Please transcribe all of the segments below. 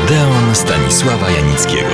Odeon Stanisława Janickiego.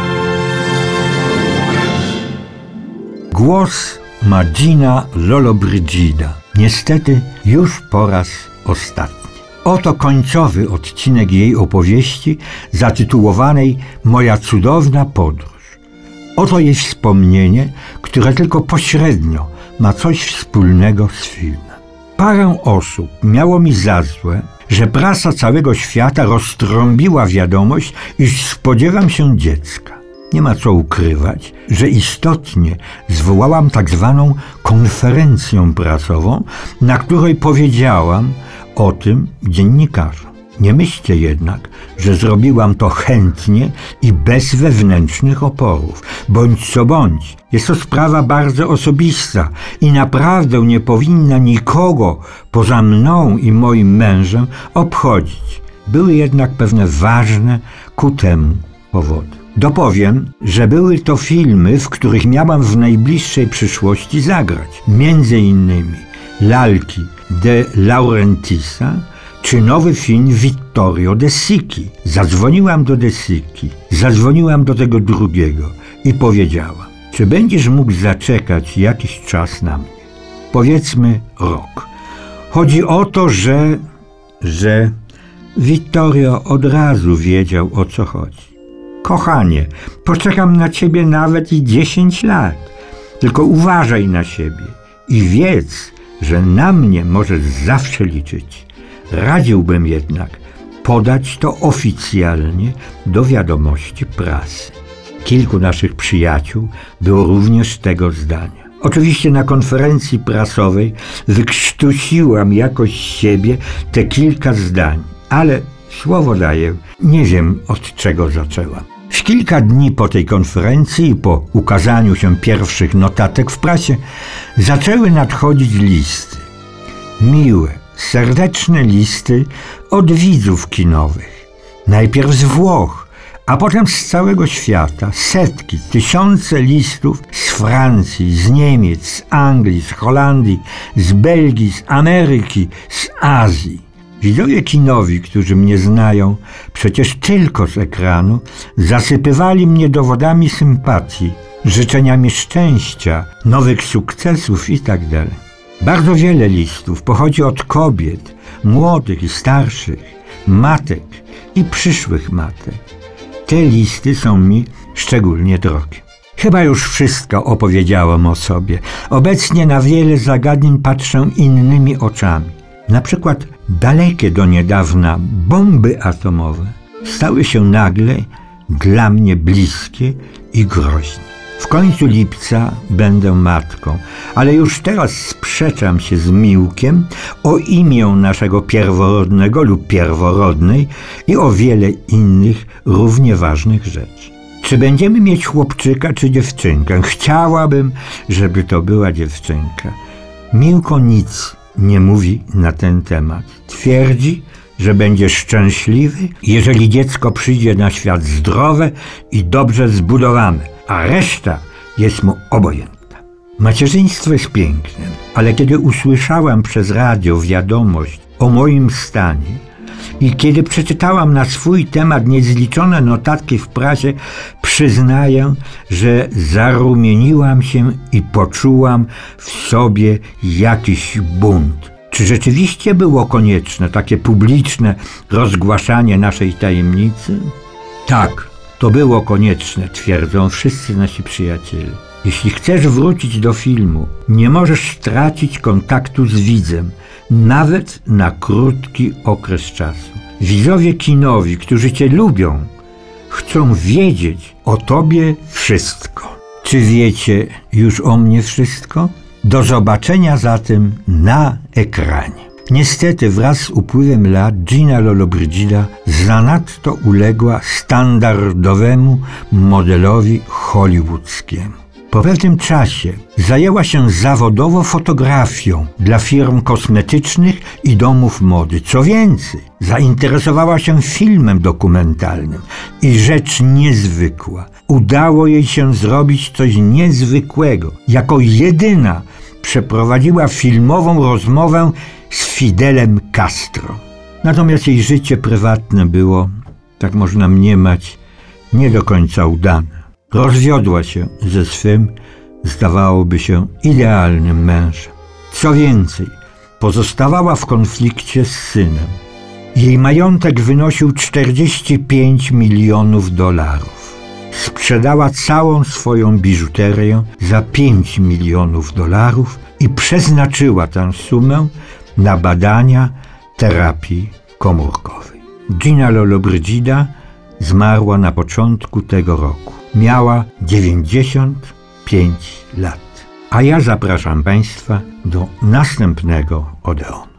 Głos ma Gina Lollobrigida. Niestety już po raz ostatni. Oto końcowy odcinek jej opowieści zatytułowanej Moja cudowna podróż. Oto jej wspomnienie, które tylko pośrednio ma coś wspólnego z filmem. Parę osób miało mi za złe, że prasa całego świata roztrąbiła wiadomość, iż spodziewam się dziecka. Nie ma co ukrywać, że istotnie zwołałam tak zwaną konferencję prasową, na której powiedziałam o tym dziennikarzom. Nie myślcie jednak, że zrobiłam to chętnie i bez wewnętrznych oporów. Bądź co bądź, jest to sprawa bardzo osobista i naprawdę nie powinna nikogo poza mną i moim mężem obchodzić. Były jednak pewne ważne ku temu powody. Dopowiem, że były to filmy, w których miałam w najbliższej przyszłości zagrać. Między innymi Lalki de Laurentisa czy nowy film Vittorio De Sichi. Zadzwoniłam do De Sichi, zadzwoniłam do tego drugiego i powiedziałam: czy będziesz mógł zaczekać jakiś czas na mnie? Powiedzmy rok. Chodzi o to, że Vittorio od razu wiedział, o co chodzi. Kochanie, poczekam na ciebie nawet i 10 lat. Tylko uważaj na siebie i wiedz, że na mnie możesz zawsze liczyć. Radziłbym jednak podać to oficjalnie do wiadomości prasy. Kilku naszych przyjaciół było również tego zdania. Oczywiście na konferencji prasowej wykrztusiłam jakoś siebie te kilka zdań, ale słowo daję, nie wiem od czego zaczęłam. W kilka dni po tej konferencji i po ukazaniu się pierwszych notatek w prasie zaczęły nadchodzić listy. Miłe, serdeczne listy od widzów kinowych. Najpierw z Włoch, a potem z całego świata. Setki, tysiące listów z Francji, z Niemiec, z Anglii, z Holandii, z Belgii, z Ameryki, z Azji. Widzowie kinowi, którzy mnie znają przecież tylko z ekranu, zasypywali mnie dowodami sympatii, życzeniami szczęścia, nowych sukcesów itd. Bardzo wiele listów pochodzi od kobiet, młodych i starszych, matek i przyszłych matek. Te listy są mi szczególnie drogie. Chyba już wszystko opowiedziałam o sobie. Obecnie na wiele zagadnień patrzę innymi oczami. Na przykład dalekie do niedawna bomby atomowe stały się nagle dla mnie bliskie i groźne. W końcu lipca będę matką, ale już teraz sprzeczam się z Miłkiem o imię naszego pierworodnego lub pierworodnej i o wiele innych równie ważnych rzeczy. Czy będziemy mieć chłopczyka czy dziewczynkę? Chciałabym, żeby to była dziewczynka. Miłko nic nie mówi na ten temat. Twierdzi, że będzie szczęśliwy, jeżeli dziecko przyjdzie na świat zdrowe i dobrze zbudowane, a reszta jest mu obojętna. Macierzyństwo jest piękne, ale kiedy usłyszałam przez radio wiadomość o moim stanie i kiedy przeczytałam na swój temat niezliczone notatki w prasie, przyznaję, że zarumieniłam się i poczułam w sobie jakiś bunt. Czy rzeczywiście było konieczne takie publiczne rozgłaszanie naszej tajemnicy? Tak, to było konieczne, twierdzą wszyscy nasi przyjaciele. Jeśli chcesz wrócić do filmu, nie możesz stracić kontaktu z widzem, nawet na krótki okres czasu. Widzowie kinowi, którzy cię lubią, chcą wiedzieć o tobie wszystko. Czy wiecie już o mnie wszystko? Do zobaczenia zatem na ekranie. Niestety wraz z upływem lat Gina Lollobrigida zanadto uległa standardowemu modelowi hollywoodzkiemu. Po pewnym czasie zajęła się zawodowo fotografią dla firm kosmetycznych i domów mody. Co więcej, zainteresowała się filmem dokumentalnym i rzecz niezwykła. Udało jej się zrobić coś niezwykłego. Jako jedyna przeprowadziła filmową rozmowę z Fidelem Castro. Natomiast jej życie prywatne było tak można mniemać, nie do końca udane. Rozwiodła się ze swym, zdawałoby się, idealnym mężem. Co więcej, pozostawała w konflikcie z synem. Jej majątek wynosił $45 milionów. Sprzedała całą swoją biżuterię za $5 milionów i przeznaczyła tę sumę na badania terapii komórkowej. Gina Lollobrigida zmarła na początku tego roku. Miała 95 lat. A ja zapraszam Państwa do następnego Odeonu.